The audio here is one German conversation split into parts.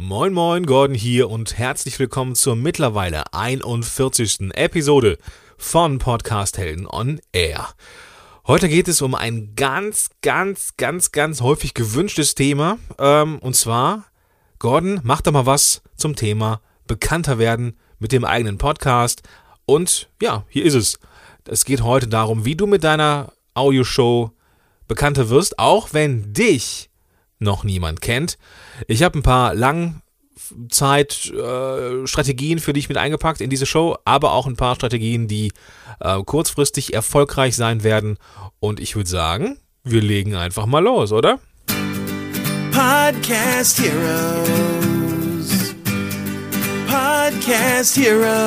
Moin moin, Gordon hier und herzlich willkommen zur mittlerweile 41. Episode von Podcast Helden on Air. Heute geht es um ein ganz häufig gewünschtes Thema, und zwar, Gordon, mach doch mal was zum Thema bekannter werden mit dem eigenen Podcast. Und ja, hier ist es. Es geht heute darum, wie du mit deiner Audioshow bekannter wirst, auch wenn dich noch niemand kennt. Ich habe ein paar Langzeitstrategien für dich mit eingepackt in diese Show, aber auch ein paar Strategien, die kurzfristig erfolgreich sein werden. Und ich würde sagen, wir legen einfach mal los, oder? Podcast Heroes. Podcast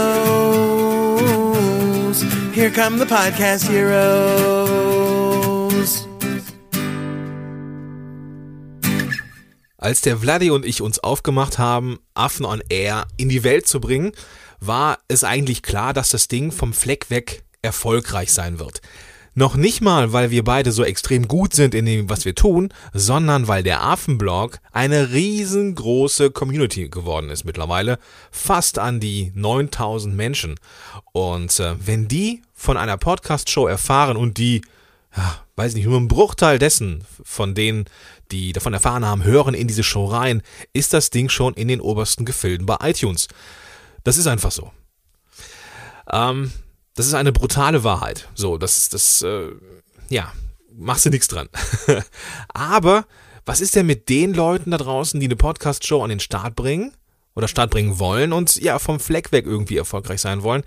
Heroes. Here come the Podcast Heroes. Als der Vladi und ich uns aufgemacht haben, Affen on Air in die Welt zu bringen, war es eigentlich klar, dass das Ding vom Fleck weg erfolgreich sein wird. Noch nicht mal, weil wir beide so extrem gut sind in dem, was wir tun, sondern weil der Affenblog eine riesengroße Community geworden ist mittlerweile, fast an die 9000 Menschen. Und wenn die von einer Podcast-Show erfahren und die, weiß nicht, nur ein Bruchteil dessen, von denen, die davon erfahren haben, hören in diese Show rein, ist das Ding schon in den obersten Gefilden bei iTunes. Das ist einfach so. Das ist eine brutale Wahrheit. So, machst du nichts dran. Aber was ist denn mit den Leuten da draußen, die eine Podcast-Show an den Start bringen oder Start bringen wollen und ja, vom Fleck weg irgendwie erfolgreich sein wollen?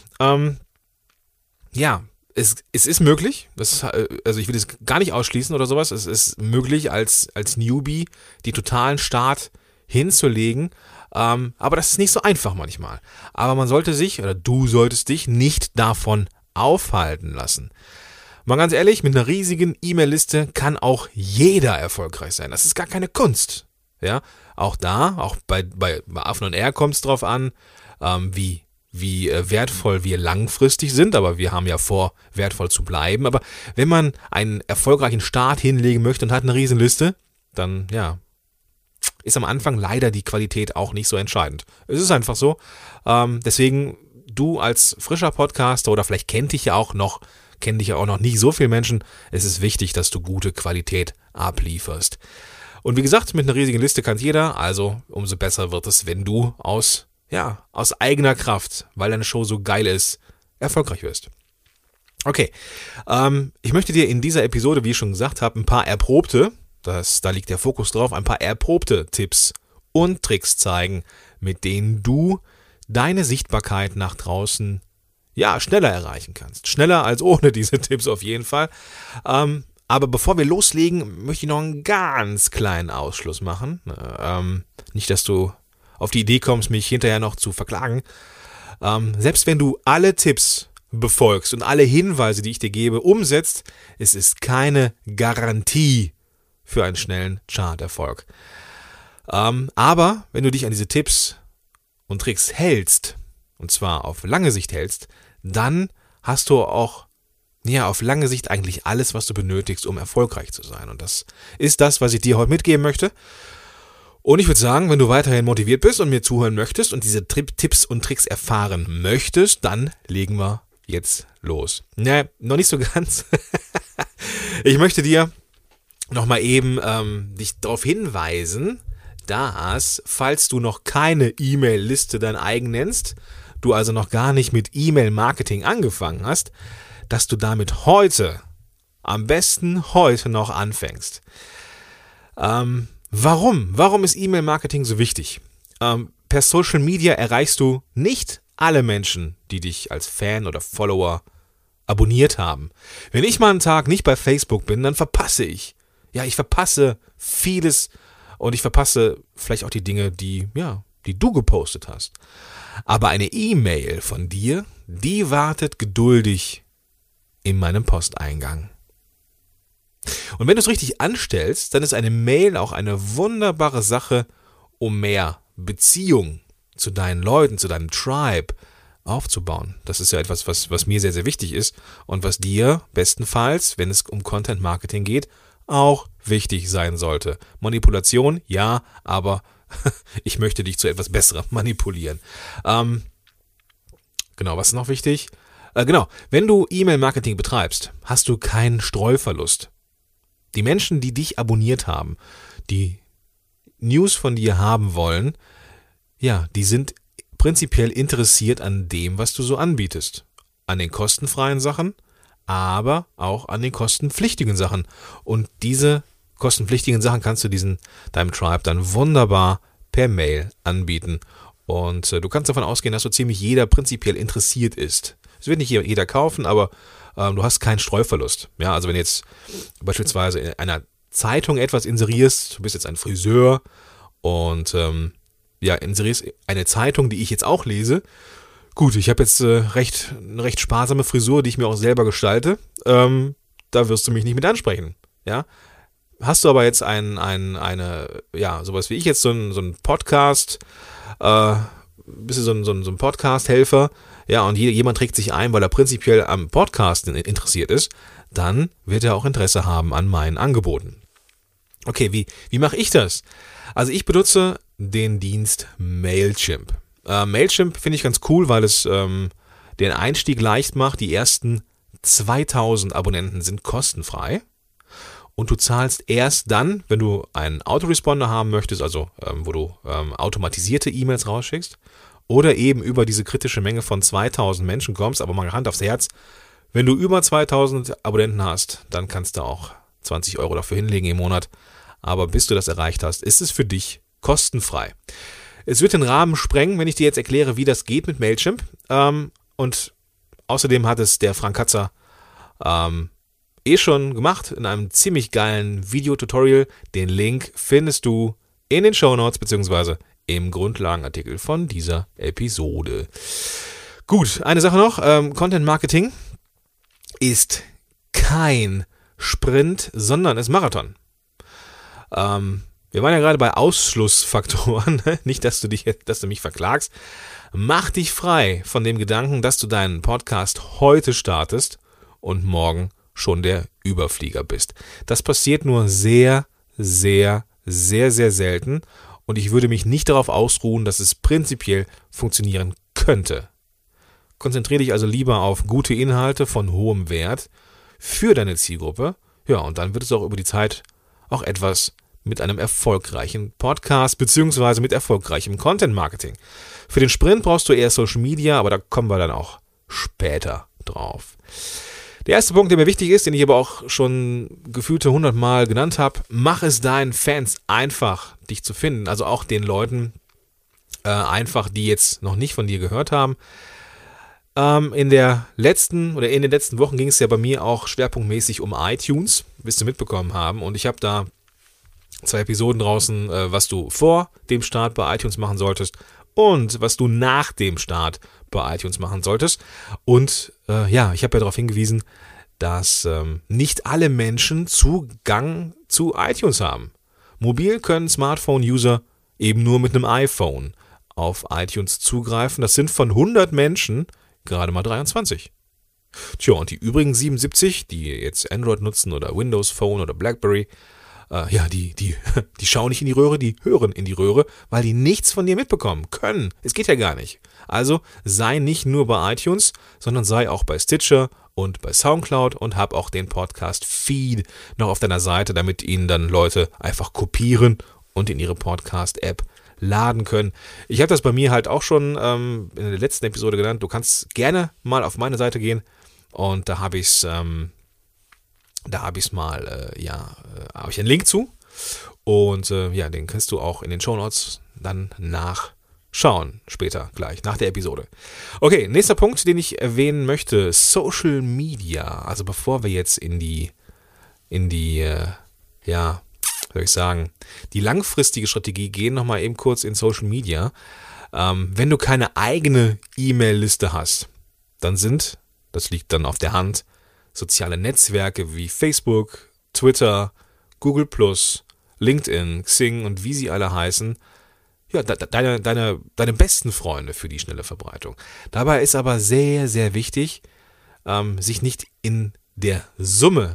Es ist möglich, also ich will es gar nicht ausschließen oder sowas, es ist möglich als Newbie die totalen Start hinzulegen, aber das ist nicht so einfach manchmal. Aber man sollte sich, oder du solltest dich nicht davon aufhalten lassen. Mal ganz ehrlich, mit einer riesigen E-Mail-Liste kann auch jeder erfolgreich sein. Das ist gar keine Kunst. Ja, auch bei Affen on Air kommt es drauf an, wie wertvoll wir langfristig sind, aber wir haben ja vor, wertvoll zu bleiben. Aber wenn man einen erfolgreichen Start hinlegen möchte und hat eine Riesenliste, dann ist am Anfang leider die Qualität auch nicht so entscheidend. Es ist einfach so. Deswegen, du als frischer Podcaster oder vielleicht kennen dich ja auch noch nicht so viele Menschen, es ist wichtig, dass du gute Qualität ablieferst. Und wie gesagt, mit einer riesigen Liste kann jeder, also umso besser wird es, wenn du aus eigener Kraft, weil deine Show so geil ist, erfolgreich wirst. Okay, ich möchte dir in dieser Episode, wie ich schon gesagt habe, ein paar erprobte, da liegt der Fokus drauf, ein paar erprobte Tipps und Tricks zeigen, mit denen du deine Sichtbarkeit nach draußen schneller erreichen kannst. Schneller als ohne diese Tipps auf jeden Fall. Aber bevor wir loslegen, möchte ich noch einen ganz kleinen Ausschluss machen. Nicht, dass du auf die Idee kommst, mich hinterher noch zu verklagen. Selbst wenn du alle Tipps befolgst und alle Hinweise, die ich dir gebe, umsetzt, es ist keine Garantie für einen schnellen Charterfolg. Aber wenn du dich an diese Tipps und Tricks hältst, und zwar auf lange Sicht hältst, dann hast du auch auf lange Sicht eigentlich alles, was du benötigst, um erfolgreich zu sein. Und das ist das, was ich dir heute mitgeben möchte. Und ich würde sagen, wenn du weiterhin motiviert bist und mir zuhören möchtest und diese Tipps und Tricks erfahren möchtest, dann legen wir jetzt los. Noch nicht so ganz. Ich möchte dir nochmal eben dich darauf hinweisen, dass, falls du noch keine E-Mail-Liste dein eigen nennst, du also noch gar nicht mit E-Mail-Marketing angefangen hast, dass du damit am besten heute noch anfängst. Warum ist E-Mail-Marketing so wichtig? Per Social Media erreichst du nicht alle Menschen, die dich als Fan oder Follower abonniert haben. Wenn ich mal einen Tag nicht bei Facebook bin, dann verpasse ich. Ja, ich verpasse vieles und ich verpasse vielleicht auch die Dinge, die du gepostet hast. Aber eine E-Mail von dir, die wartet geduldig in meinem Posteingang. Und wenn du es richtig anstellst, dann ist eine Mail auch eine wunderbare Sache, um mehr Beziehung zu deinen Leuten, zu deinem Tribe aufzubauen. Das ist ja etwas, was mir sehr, sehr wichtig ist und was dir bestenfalls, wenn es um Content Marketing geht, auch wichtig sein sollte. Manipulation, ja, aber ich möchte dich zu etwas Besserem manipulieren. Genau, was ist noch wichtig? Genau, wenn du E-Mail-Marketing betreibst, hast du keinen Streuverlust. Die Menschen, die dich abonniert haben, die News von dir haben wollen, ja, die sind prinzipiell interessiert an dem, was du so anbietest. An den kostenfreien Sachen, aber auch an den kostenpflichtigen Sachen. Und diese kostenpflichtigen Sachen kannst du deinem Tribe dann wunderbar per Mail anbieten. Und du kannst davon ausgehen, dass so ziemlich jeder prinzipiell interessiert ist. Es wird nicht jeder kaufen, aber du hast keinen Streuverlust. Ja, also wenn du jetzt beispielsweise in einer Zeitung etwas inserierst, du bist jetzt ein Friseur und inserierst eine Zeitung, die ich jetzt auch lese. Gut, ich habe jetzt eine recht sparsame Frisur, die ich mir auch selber gestalte. Da wirst du mich nicht mit ansprechen. Ja, hast du aber jetzt sowas wie ich jetzt, so ein Podcast, bist du so ein Podcast-Helfer, ja, und jemand trägt sich ein, weil er prinzipiell am Podcast interessiert ist, dann wird er auch Interesse haben an meinen Angeboten. Okay, wie mache ich das? Also ich benutze den Dienst Mailchimp. Mailchimp finde ich ganz cool, weil es den Einstieg leicht macht. Die ersten 2000 Abonnenten sind kostenfrei. Und du zahlst erst dann, wenn du einen Autoresponder haben möchtest, also wo du automatisierte E-Mails rausschickst, oder eben über diese kritische Menge von 2000 Menschen kommst, aber mal Hand aufs Herz, wenn du über 2000 Abonnenten hast, dann kannst du auch 20 € dafür hinlegen im Monat. Aber bis du das erreicht hast, ist es für dich kostenfrei. Es wird den Rahmen sprengen, wenn ich dir jetzt erkläre, wie das geht mit Mailchimp. Und außerdem hat es der Frank Katzer schon gemacht in einem ziemlich geilen Videotutorial. Den Link findest du in den Shownotes bzw. im Grundlagenartikel von dieser Episode. Gut, eine Sache noch. Content Marketing ist kein Sprint, sondern ist Marathon. Wir waren ja gerade bei Ausschlussfaktoren. Nicht, dass du mich verklagst. Mach dich frei von dem Gedanken, dass du deinen Podcast heute startest und morgen schon der Überflieger bist. Das passiert nur sehr, sehr, sehr, sehr selten. Und ich würde mich nicht darauf ausruhen, dass es prinzipiell funktionieren könnte. Konzentriere dich also lieber auf gute Inhalte von hohem Wert für deine Zielgruppe. Ja, und dann wird es auch über die Zeit auch etwas mit einem erfolgreichen Podcast beziehungsweise mit erfolgreichem Content-Marketing. Für den Sprint brauchst du eher Social Media, aber da kommen wir dann auch später drauf. Der erste Punkt, der mir wichtig ist, den ich aber auch schon gefühlte 100 Mal genannt habe: Mach es deinen Fans einfach, dich zu finden. Also auch den Leuten einfach, die jetzt noch nicht von dir gehört haben. In den letzten Wochen ging es ja bei mir auch schwerpunktmäßig um iTunes, wirst du mitbekommen haben. Und ich habe da 2 Episoden draußen, was du vor dem Start bei iTunes machen solltest und was du nach dem Start bei iTunes machen solltest. Und ich habe ja darauf hingewiesen, dass nicht alle Menschen Zugang zu iTunes haben. Mobil können Smartphone-User eben nur mit einem iPhone auf iTunes zugreifen. Das sind von 100 Menschen gerade mal 23. Tja, und die übrigen 77, die jetzt Android nutzen oder Windows Phone oder BlackBerry, die schauen nicht in die Röhre, die hören in die Röhre, weil die nichts von dir mitbekommen können. Es geht ja gar nicht. Also sei nicht nur bei iTunes, sondern sei auch bei Stitcher und bei Soundcloud und hab auch den Podcast-Feed noch auf deiner Seite, damit ihn dann Leute einfach kopieren und in ihre Podcast-App laden können. Ich habe das bei mir halt auch schon in der letzten Episode genannt. Du kannst gerne mal auf meine Seite gehen und da habe ich einen Link zu und den kannst du auch in den Shownotes dann nachschauen, später gleich, nach der Episode. Okay, nächster Punkt, den ich erwähnen möchte: Social Media. Also bevor wir jetzt in die langfristige Strategie gehen, nochmal eben kurz in Social Media. Wenn du keine eigene E-Mail-Liste hast, dann das liegt dann auf der Hand, soziale Netzwerke wie Facebook, Twitter, Google+, LinkedIn, Xing und wie sie alle heißen, ja, deine besten Freunde für die schnelle Verbreitung. Dabei ist aber sehr, sehr wichtig, sich nicht in der Summe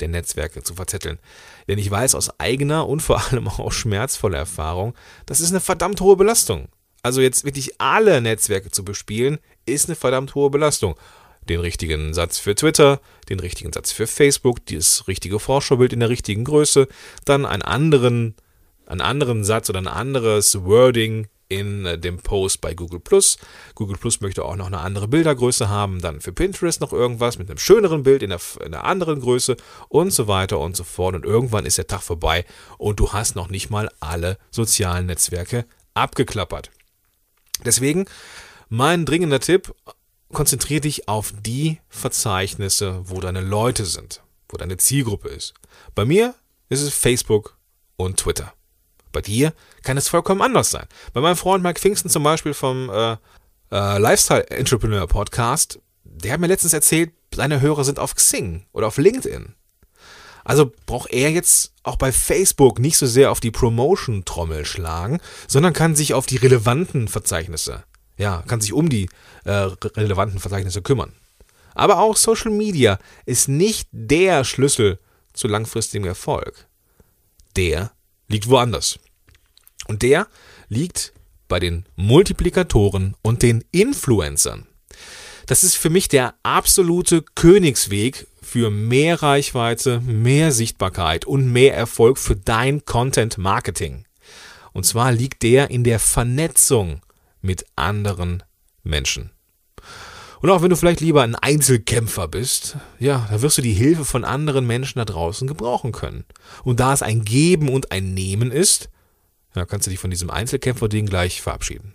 der Netzwerke zu verzetteln. Denn ich weiß aus eigener und vor allem auch schmerzvoller Erfahrung, das ist eine verdammt hohe Belastung. Also jetzt wirklich alle Netzwerke zu bespielen, ist eine verdammt hohe Belastung. Den richtigen Satz für Twitter, den richtigen Satz für Facebook, das richtige Vorschaubild in der richtigen Größe, dann einen anderen Satz oder ein anderes Wording in dem Post bei Google+. Google+ möchte auch noch eine andere Bildergröße haben, dann für Pinterest noch irgendwas mit einem schöneren Bild in einer anderen Größe und so weiter und so fort. Und irgendwann ist der Tag vorbei und du hast noch nicht mal alle sozialen Netzwerke abgeklappert. Deswegen mein dringender Tipp: Konzentriere dich auf die Verzeichnisse, wo deine Leute sind, wo deine Zielgruppe ist. Bei mir ist es Facebook und Twitter. Bei dir kann es vollkommen anders sein. Bei meinem Freund Mike Pfingsten zum Beispiel vom Lifestyle Entrepreneur Podcast, der hat mir letztens erzählt, seine Hörer sind auf Xing oder auf LinkedIn. Also braucht er jetzt auch bei Facebook nicht so sehr auf die Promotion-Trommel schlagen, sondern kann sich auf die relevanten Verzeichnisse, kann sich um die relevanten Verzeichnisse kümmern. Aber auch Social Media ist nicht der Schlüssel zu langfristigem Erfolg. Der liegt woanders. Und der liegt bei den Multiplikatoren und den Influencern. Das ist für mich der absolute Königsweg für mehr Reichweite, mehr Sichtbarkeit und mehr Erfolg für dein Content Marketing. Und zwar liegt der in der Vernetzung mit anderen Menschen. Und auch wenn du vielleicht lieber ein Einzelkämpfer bist, da wirst du die Hilfe von anderen Menschen da draußen gebrauchen können. Und da es ein Geben und ein Nehmen ist, kannst du dich von diesem Einzelkämpfer-Ding gleich verabschieden.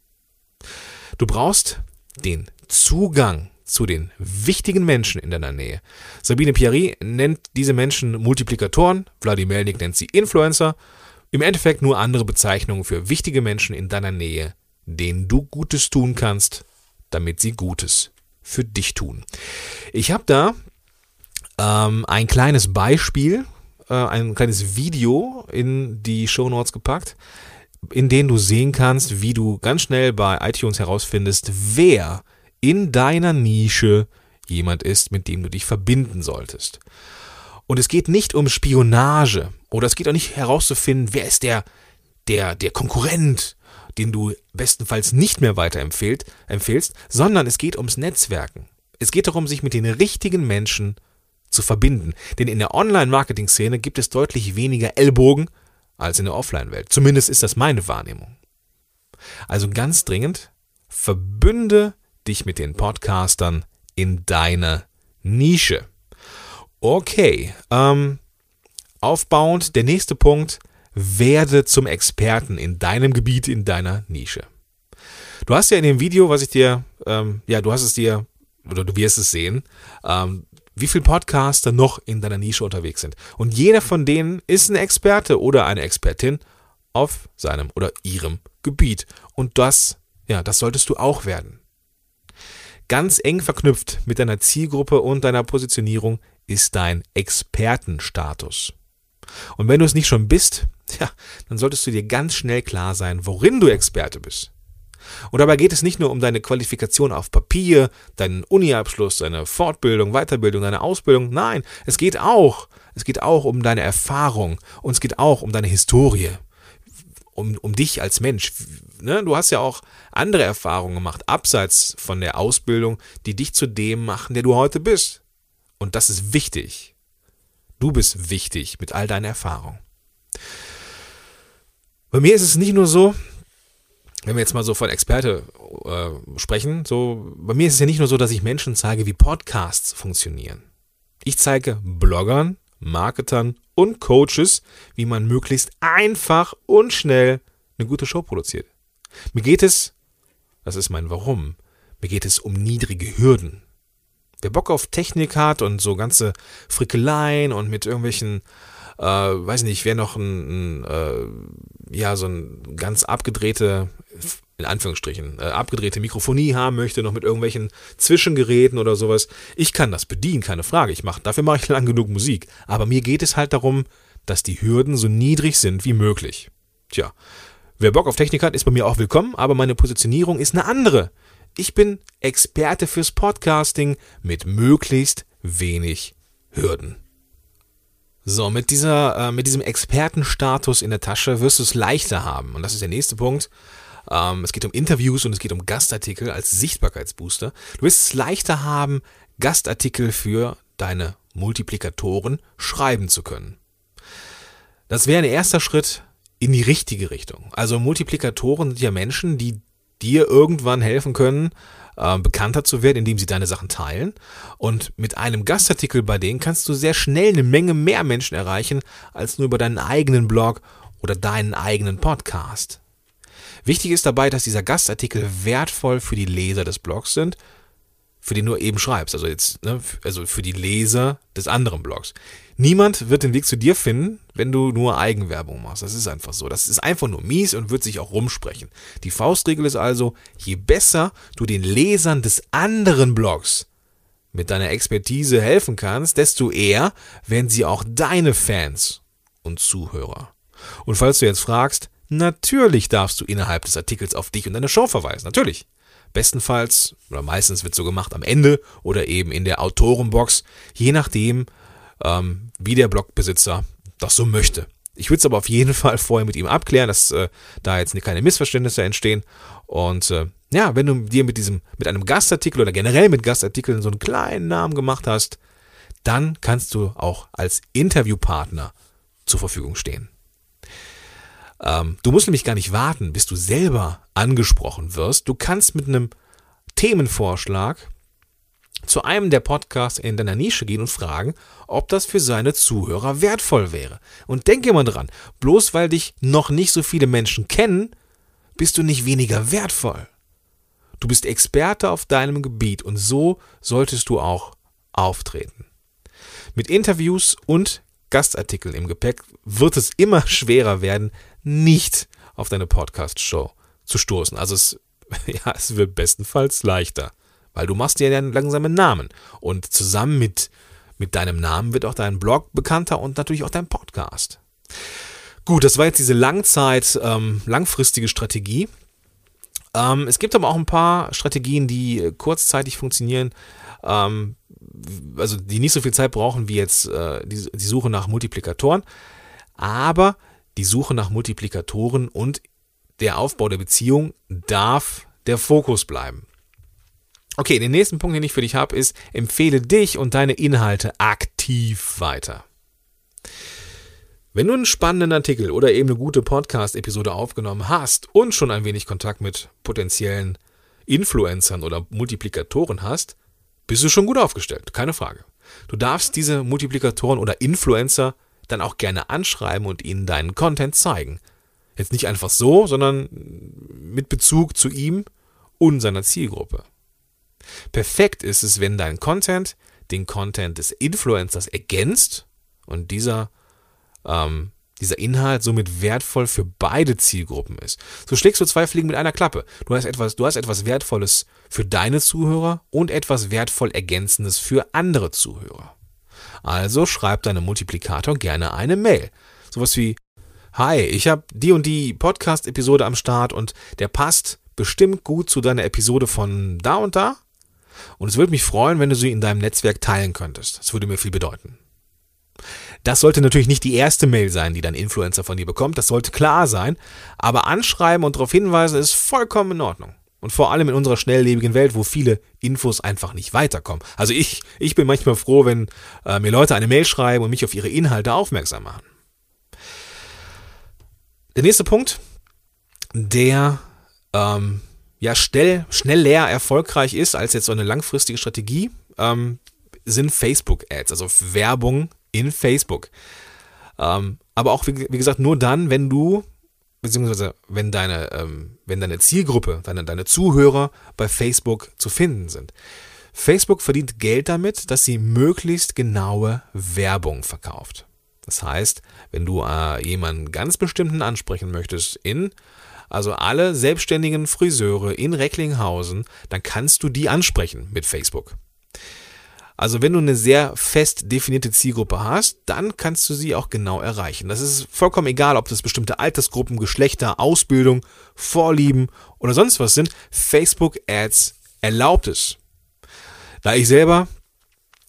Du brauchst den Zugang zu den wichtigen Menschen in deiner Nähe. Sabine Pierry nennt diese Menschen Multiplikatoren, Wladimir Melnik nennt sie Influencer. Im Endeffekt nur andere Bezeichnungen für wichtige Menschen in deiner Nähe, denen du Gutes tun kannst, damit sie Gutes für dich tun. Ich habe da ein kleines Beispiel, ein kleines Video in die Shownotes gepackt, in dem du sehen kannst, wie du ganz schnell bei iTunes herausfindest, wer in deiner Nische jemand ist, mit dem du dich verbinden solltest. Und es geht nicht um Spionage oder es geht auch nicht herauszufinden, wer ist der Konkurrent, den du bestenfalls nicht mehr weiterempfehlst, sondern es geht ums Netzwerken. Es geht darum, sich mit den richtigen Menschen zu verbinden. Denn in der Online-Marketing-Szene gibt es deutlich weniger Ellbogen als in der Offline-Welt. Zumindest ist das meine Wahrnehmung. Also ganz dringend, verbünde dich mit den Podcastern in deiner Nische. Okay, aufbauend, der nächste Punkt: Werde zum Experten in deinem Gebiet, in deiner Nische. Du hast ja in dem Video, was ich dir, du wirst es sehen, wie viele Podcaster noch in deiner Nische unterwegs sind. Und jeder von denen ist ein Experte oder eine Expertin auf seinem oder ihrem Gebiet. Und das solltest du auch werden. Ganz eng verknüpft mit deiner Zielgruppe und deiner Positionierung ist dein Expertenstatus. Und wenn du es nicht schon bist, dann solltest du dir ganz schnell klar sein, worin du Experte bist. Und dabei geht es nicht nur um deine Qualifikation auf Papier, deinen Uni-Abschluss, deine Fortbildung, Weiterbildung, deine Ausbildung. Nein, es geht auch um deine Erfahrung und es geht auch um deine Historie, um dich als Mensch. Du hast ja auch andere Erfahrungen gemacht, abseits von der Ausbildung, die dich zu dem machen, der du heute bist. Und das ist wichtig. Du bist wichtig mit all deiner Erfahrung. Bei mir ist es nicht nur so, wenn wir jetzt mal so von Experte sprechen, bei mir ist es ja nicht nur so, dass ich Menschen zeige, wie Podcasts funktionieren. Ich zeige Bloggern, Marketern und Coaches, wie man möglichst einfach und schnell eine gute Show produziert. Mir geht es, das ist mein Warum, mir geht es um niedrige Hürden. Wer Bock auf Technik hat und so ganze Frickeleien und mit irgendwelchen, wer noch so ein ganz abgedrehte, in Anführungsstrichen, abgedrehte Mikrofonie haben möchte, noch mit irgendwelchen Zwischengeräten oder sowas. Ich kann das bedienen, keine Frage. Dafür mache ich lang genug Musik. Aber mir geht es halt darum, dass die Hürden so niedrig sind wie möglich. Tja, wer Bock auf Technik hat, ist bei mir auch willkommen, aber meine Positionierung ist eine andere. Ich bin Experte fürs Podcasting mit möglichst wenig Hürden. So, mit diesem Expertenstatus in der Tasche wirst du es leichter haben. Und das ist der nächste Punkt. Es geht um Interviews und es geht um Gastartikel als Sichtbarkeitsbooster. Du wirst es leichter haben, Gastartikel für deine Multiplikatoren schreiben zu können. Das wäre ein erster Schritt in die richtige Richtung. Also Multiplikatoren sind ja Menschen, die dir irgendwann helfen können, bekannter zu werden, indem sie deine Sachen teilen. Und mit einem Gastartikel bei denen kannst du sehr schnell eine Menge mehr Menschen erreichen, als nur über deinen eigenen Blog oder deinen eigenen Podcast. Wichtig ist dabei, dass dieser Gastartikel wertvoll für die Leser des Blogs sind, für den du eben schreibst, also für die Leser des anderen Blogs. Niemand wird den Weg zu dir finden, wenn du nur Eigenwerbung machst. Das ist einfach so. Das ist einfach nur mies und wird sich auch rumsprechen. Die Faustregel ist also, je besser du den Lesern des anderen Blogs mit deiner Expertise helfen kannst, desto eher werden sie auch deine Fans und Zuhörer. Und falls du jetzt fragst, natürlich darfst du innerhalb des Artikels auf dich und deine Show verweisen. Natürlich. Bestenfalls, oder meistens wird so gemacht am Ende oder eben in der Autorenbox, je nachdem, wie der Blogbesitzer das so möchte. Ich würde es aber auf jeden Fall vorher mit ihm abklären, dass da jetzt keine Missverständnisse entstehen. Und wenn du dir mit einem Gastartikel oder generell mit Gastartikeln so einen kleinen Namen gemacht hast, dann kannst du auch als Interviewpartner zur Verfügung stehen. Du musst nämlich gar nicht warten, bis du selber angesprochen wirst. Du kannst mit einem Themenvorschlag zu einem der Podcasts in deiner Nische gehen und fragen, ob das für seine Zuhörer wertvoll wäre. Und denke immer dran, bloß weil dich noch nicht so viele Menschen kennen, bist du nicht weniger wertvoll. Du bist Experte auf deinem Gebiet und so solltest du auch auftreten. Mit Interviews und Gastartikeln im Gepäck wird es immer schwerer werden, nicht auf deine Podcast-Show zu stoßen. Also es wird bestenfalls leichter, weil du machst dir ja einen langsamen Namen und zusammen mit deinem Namen wird auch dein Blog bekannter und natürlich auch dein Podcast. Gut, das war jetzt diese langfristige Strategie. Es gibt aber auch ein paar Strategien, die kurzzeitig funktionieren, also die nicht so viel Zeit brauchen wie jetzt die Suche nach Multiplikatoren, aber die Suche nach Multiplikatoren und der Aufbau der Beziehung darf der Fokus bleiben. Okay, den nächsten Punkt, den ich für dich habe, ist, empfehle dich und deine Inhalte aktiv weiter. Wenn du einen spannenden Artikel oder eben eine gute Podcast-Episode aufgenommen hast und schon ein wenig Kontakt mit potenziellen Influencern oder Multiplikatoren hast, bist du schon gut aufgestellt, keine Frage. Du darfst diese Multiplikatoren oder Influencer dann auch gerne anschreiben und ihnen deinen Content zeigen. Jetzt nicht einfach so, sondern mit Bezug zu ihm und seiner Zielgruppe. Perfekt ist es, wenn dein Content den Content des Influencers ergänzt und dieser Inhalt somit wertvoll für beide Zielgruppen ist. So schlägst du 2 Fliegen mit einer Klappe. Du hast etwas Wertvolles für deine Zuhörer und etwas wertvoll Ergänzendes für andere Zuhörer. Also schreib deinem Multiplikator gerne eine Mail. Sowas wie: Hi, ich habe die und die Podcast-Episode am Start und der passt bestimmt gut zu deiner Episode von da und da. Und es würde mich freuen, wenn du sie in deinem Netzwerk teilen könntest. Das würde mir viel bedeuten. Das sollte natürlich nicht die erste Mail sein, die dein Influencer von dir bekommt. Das sollte klar sein. Aber anschreiben und darauf hinweisen ist vollkommen in Ordnung. Und vor allem in unserer schnelllebigen Welt, wo viele Infos einfach nicht weiterkommen. Also ich bin manchmal froh, wenn mir Leute eine Mail schreiben und mich auf ihre Inhalte aufmerksam machen. Der nächste Punkt, der schneller erfolgreich ist als jetzt so eine langfristige Strategie, sind Facebook-Ads, also Werbung in Facebook. Aber auch, wie gesagt, nur dann, wenn du, beziehungsweise wenn deine Zielgruppe, deine Zuhörer bei Facebook zu finden sind. Facebook verdient Geld damit, dass sie möglichst genaue Werbung verkauft. Das heißt, wenn du jemanden ganz bestimmten ansprechen möchtest, also alle selbstständigen Friseure in Recklinghausen, dann kannst du die ansprechen mit Facebook. Also wenn du eine sehr fest definierte Zielgruppe hast, dann kannst du sie auch genau erreichen. Das ist vollkommen egal, ob das bestimmte Altersgruppen, Geschlechter, Ausbildung, Vorlieben oder sonst was sind. Facebook Ads erlaubt es. Da ich selber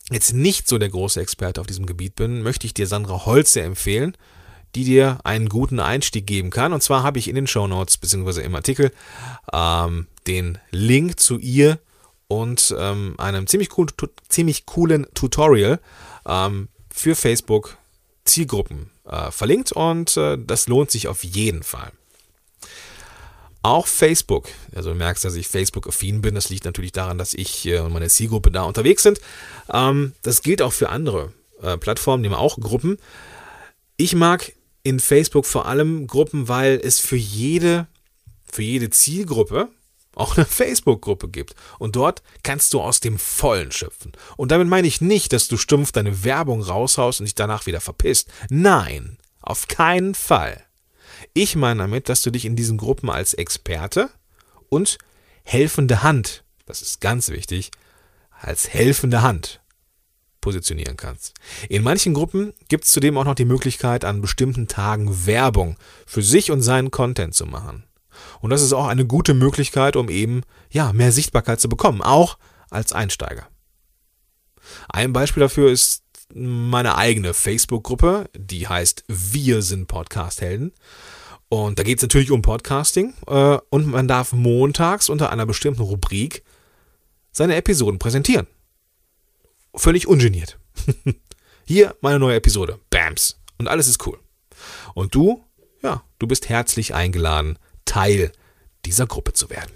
jetzt nicht so der große Experte auf diesem Gebiet bin, möchte ich dir Sandra Holze empfehlen, die dir einen guten Einstieg geben kann. Und zwar habe ich in den Shownotes bzw. im Artikel den Link zu ihr und einem ziemlich coolen Tutorial für Facebook Zielgruppen verlinkt und das lohnt sich auf jeden Fall. Auch Facebook, also du merkst, dass ich Facebook-affin bin, das liegt natürlich daran, dass ich und meine Zielgruppe da unterwegs sind. Das gilt auch für andere Plattformen, nehmen auch Gruppen. Ich mag in Facebook vor allem Gruppen, weil es für jede Zielgruppe auch eine Facebook-Gruppe gibt. Und dort kannst du aus dem Vollen schöpfen. Und damit meine ich nicht, dass du stumpf deine Werbung raushaust und dich danach wieder verpisst. Nein, auf keinen Fall. Ich meine damit, dass du dich in diesen Gruppen als Experte und helfende Hand, das ist ganz wichtig, als helfende Hand positionieren kannst. In manchen Gruppen gibt es zudem auch noch die Möglichkeit, an bestimmten Tagen Werbung für sich und seinen Content zu machen. Und das ist auch eine gute Möglichkeit, um eben mehr Sichtbarkeit zu bekommen, auch als Einsteiger. Ein Beispiel dafür ist meine eigene Facebook-Gruppe, die heißt Wir sind Podcast-Helden. Und da geht es natürlich um Podcasting und man darf montags unter einer bestimmten Rubrik seine Episoden präsentieren. Völlig ungeniert. Hier meine neue Episode. Bams. Und alles ist cool. Und du bist herzlich eingeladen, Teil dieser Gruppe zu werden.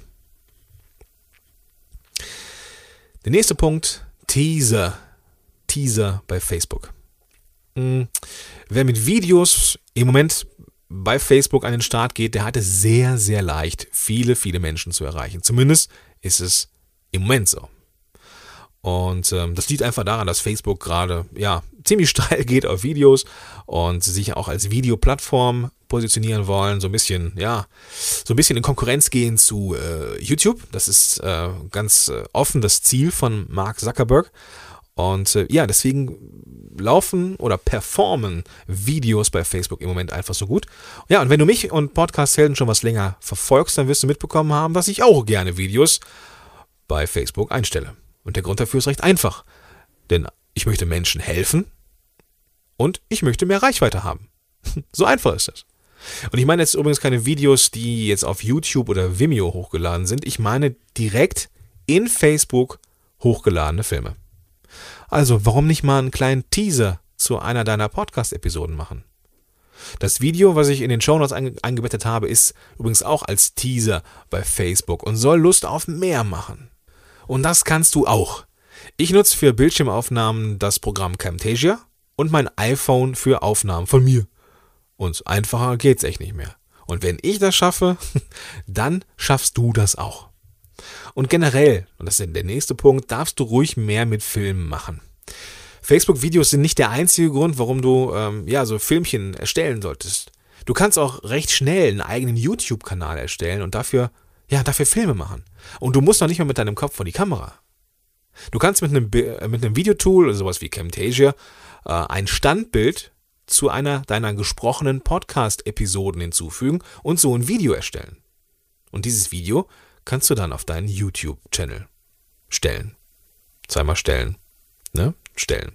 Der nächste Punkt, Teaser bei Facebook. Wer mit Videos im Moment bei Facebook an den Start geht, der hat es sehr, sehr leicht, viele Menschen zu erreichen. Zumindest ist es im Moment so. Und das liegt einfach daran, dass Facebook gerade ziemlich steil geht auf Videos und sich auch als Videoplattform positionieren wollen, so ein bisschen in Konkurrenz gehen zu YouTube. Das ist ganz offen das Ziel von Mark Zuckerberg. Und deswegen laufen oder performen Videos bei Facebook im Moment einfach so gut. Ja, und wenn du mich und Podcast-Helden schon was länger verfolgst, dann wirst du mitbekommen haben, dass ich auch gerne Videos bei Facebook einstelle. Und der Grund dafür ist recht einfach. Denn ich möchte Menschen helfen und ich möchte mehr Reichweite haben. So einfach ist das. Und ich meine jetzt übrigens keine Videos, die jetzt auf YouTube oder Vimeo hochgeladen sind. Ich meine direkt in Facebook hochgeladene Filme. Also, warum nicht mal einen kleinen Teaser zu einer deiner Podcast-Episoden machen? Das Video, was ich in den Shownotes eingebettet habe, ist übrigens auch als Teaser bei Facebook und soll Lust auf mehr machen. Und das kannst du auch. Ich nutze für Bildschirmaufnahmen das Programm Camtasia und mein iPhone für Aufnahmen von mir. Und einfacher geht's echt nicht mehr. Und wenn ich das schaffe, dann schaffst du das auch. Und generell, und das ist der nächste Punkt, darfst du ruhig mehr mit Filmen machen. Facebook-Videos sind nicht der einzige Grund, warum du so Filmchen erstellen solltest. Du kannst auch recht schnell einen eigenen YouTube-Kanal erstellen und dafür Filme machen. Und du musst noch nicht mal mit deinem Kopf vor die Kamera. Du kannst mit einem Videotool, also sowas wie Camtasia, ein Standbild zu einer deiner gesprochenen Podcast-Episoden hinzufügen und so ein Video erstellen. Und dieses Video kannst du dann auf deinen YouTube-Channel stellen. Zweimal stellen. Stellen.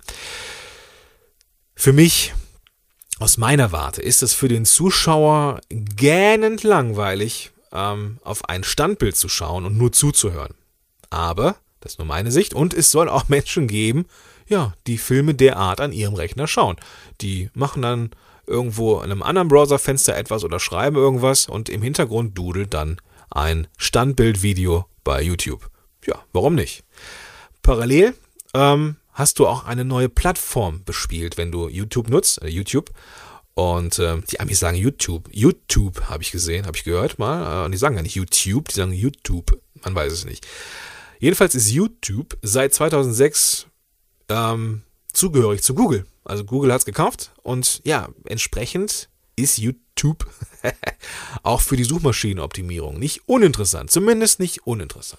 Für mich, aus meiner Warte, ist es für den Zuschauer gähnend langweilig, auf ein Standbild zu schauen und nur zuzuhören. Aber, das ist nur meine Sicht, und es soll auch Menschen geben, die Filme derart an ihrem Rechner schauen. Die machen dann irgendwo in einem anderen Browserfenster etwas oder schreiben irgendwas und im Hintergrund dudelt dann ein Standbildvideo bei YouTube. Ja, warum nicht? Parallel hast du auch eine neue Plattform bespielt, wenn du YouTube nutzt, YouTube. Und die Amis sagen YouTube. YouTube habe ich gehört mal. Und die sagen gar nicht YouTube, die sagen YouTube. Man weiß es nicht. Jedenfalls ist YouTube seit 2006 zugehörig zu Google. Also Google hat es gekauft und entsprechend ist YouTube auch für die Suchmaschinenoptimierung nicht uninteressant. Zumindest nicht uninteressant.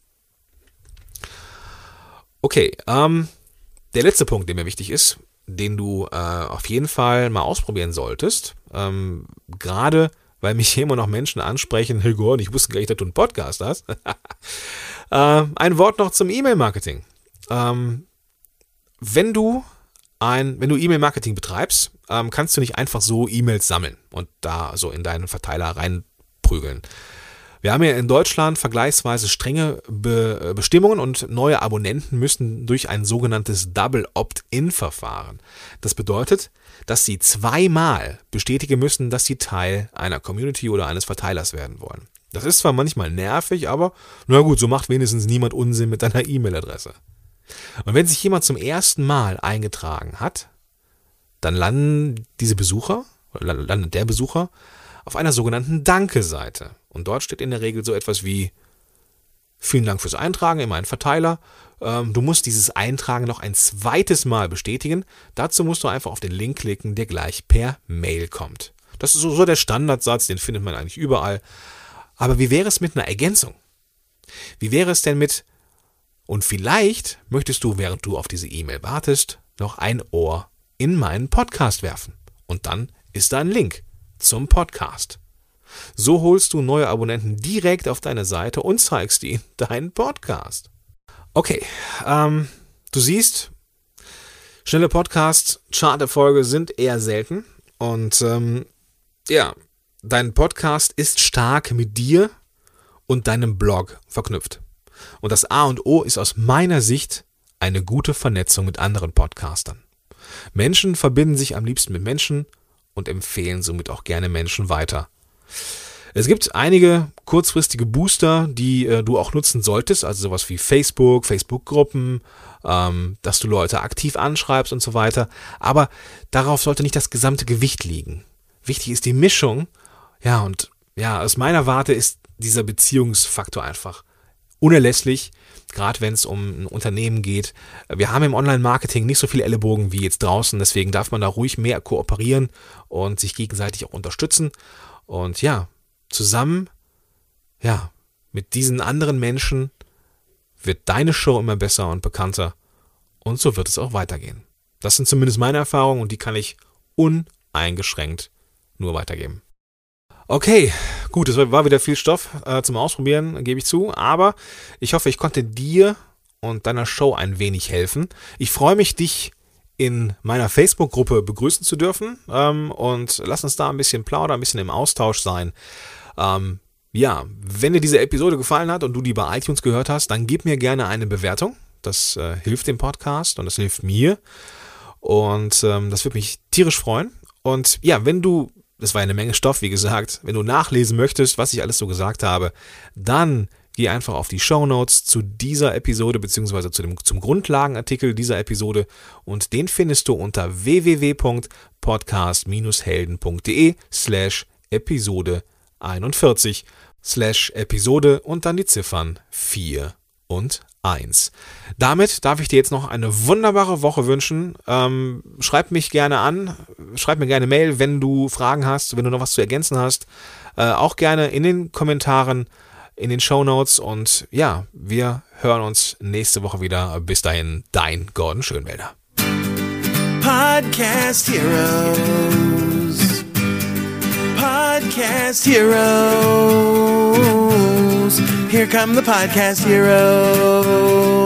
Okay, der letzte Punkt, der mir wichtig ist, den du auf jeden Fall mal ausprobieren solltest, gerade weil mich hier immer noch Menschen ansprechen, hey Gott, ich wusste gar nicht, dass du einen Podcast hast. Ein Wort noch zum E-Mail-Marketing. wenn du E-Mail-Marketing betreibst, kannst du nicht einfach so E-Mails sammeln und da so in deinen Verteiler reinprügeln. Wir haben ja in Deutschland vergleichsweise strenge Bestimmungen und neue Abonnenten müssen durch ein sogenanntes Double Opt-in-Verfahren. Das bedeutet, dass sie zweimal bestätigen müssen, dass sie Teil einer Community oder eines Verteilers werden wollen. Das ist zwar manchmal nervig, aber na gut, so macht wenigstens niemand Unsinn mit deiner E-Mail-Adresse. Und wenn sich jemand zum ersten Mal eingetragen hat, dann landet der Besucher auf einer sogenannten Danke-Seite. Und dort steht in der Regel so etwas wie: Vielen Dank fürs Eintragen in meinen Verteiler. Du musst dieses Eintragen noch ein zweites Mal bestätigen. Dazu musst du einfach auf den Link klicken, der gleich per Mail kommt. Das ist so der Standardsatz, den findet man eigentlich überall. Aber wie wäre es mit einer Ergänzung? Wie wäre es denn mit: Und vielleicht möchtest du, während du auf diese E-Mail wartest, noch ein Ohr in meinen Podcast werfen. Und dann ist da ein Link zum Podcast. So holst du neue Abonnenten direkt auf deine Seite und zeigst ihnen deinen Podcast. Okay, du siehst, schnelle Podcasts, Chart-Erfolge sind eher selten. Und dein Podcast ist stark mit dir und deinem Blog verknüpft. Und das A und O ist aus meiner Sicht eine gute Vernetzung mit anderen Podcastern. Menschen verbinden sich am liebsten mit Menschen und empfehlen somit auch gerne Menschen weiter. Es gibt einige kurzfristige Booster, die du auch nutzen solltest, also sowas wie Facebook, Facebook-Gruppen, dass du Leute aktiv anschreibst und so weiter. Aber darauf sollte nicht das gesamte Gewicht liegen. Wichtig ist die Mischung. Und aus meiner Warte ist dieser Beziehungsfaktor einfach unerlässlich, gerade wenn es um ein Unternehmen geht. Wir haben im Online-Marketing nicht so viele Ellenbogen wie jetzt draußen, deswegen darf man da ruhig mehr kooperieren und sich gegenseitig auch unterstützen. Und zusammen, mit diesen anderen Menschen wird deine Show immer besser und bekannter und so wird es auch weitergehen. Das sind zumindest meine Erfahrungen und die kann ich uneingeschränkt nur weitergeben. Okay, gut, es war wieder viel Stoff zum Ausprobieren, gebe ich zu, aber ich hoffe, ich konnte dir und deiner Show ein wenig helfen. Ich freue mich, dich in meiner Facebook-Gruppe begrüßen zu dürfen und lass uns da ein bisschen plaudern, ein bisschen im Austausch sein. Wenn dir diese Episode gefallen hat und du die bei iTunes gehört hast, dann gib mir gerne eine Bewertung. Das hilft dem Podcast und das hilft mir und das würde mich tierisch freuen. Und das war eine Menge Stoff, wie gesagt. Wenn du nachlesen möchtest, was ich alles so gesagt habe, dann geh einfach auf die Shownotes zu dieser Episode beziehungsweise zum Grundlagenartikel dieser Episode und den findest du unter www.podcast-helden.de/Episode 41/Episode und dann die Ziffern 4 und 1. Damit darf ich dir jetzt noch eine wunderbare Woche wünschen. Schreib mich gerne an, schreib mir gerne Mail, wenn du Fragen hast, wenn du noch was zu ergänzen hast. Auch gerne in den Kommentaren, in den Shownotes und wir hören uns nächste Woche wieder. Bis dahin, dein Gordon Schönwälder. Podcast Heroes. Podcast Heroes. Here come the Podcast Heroes.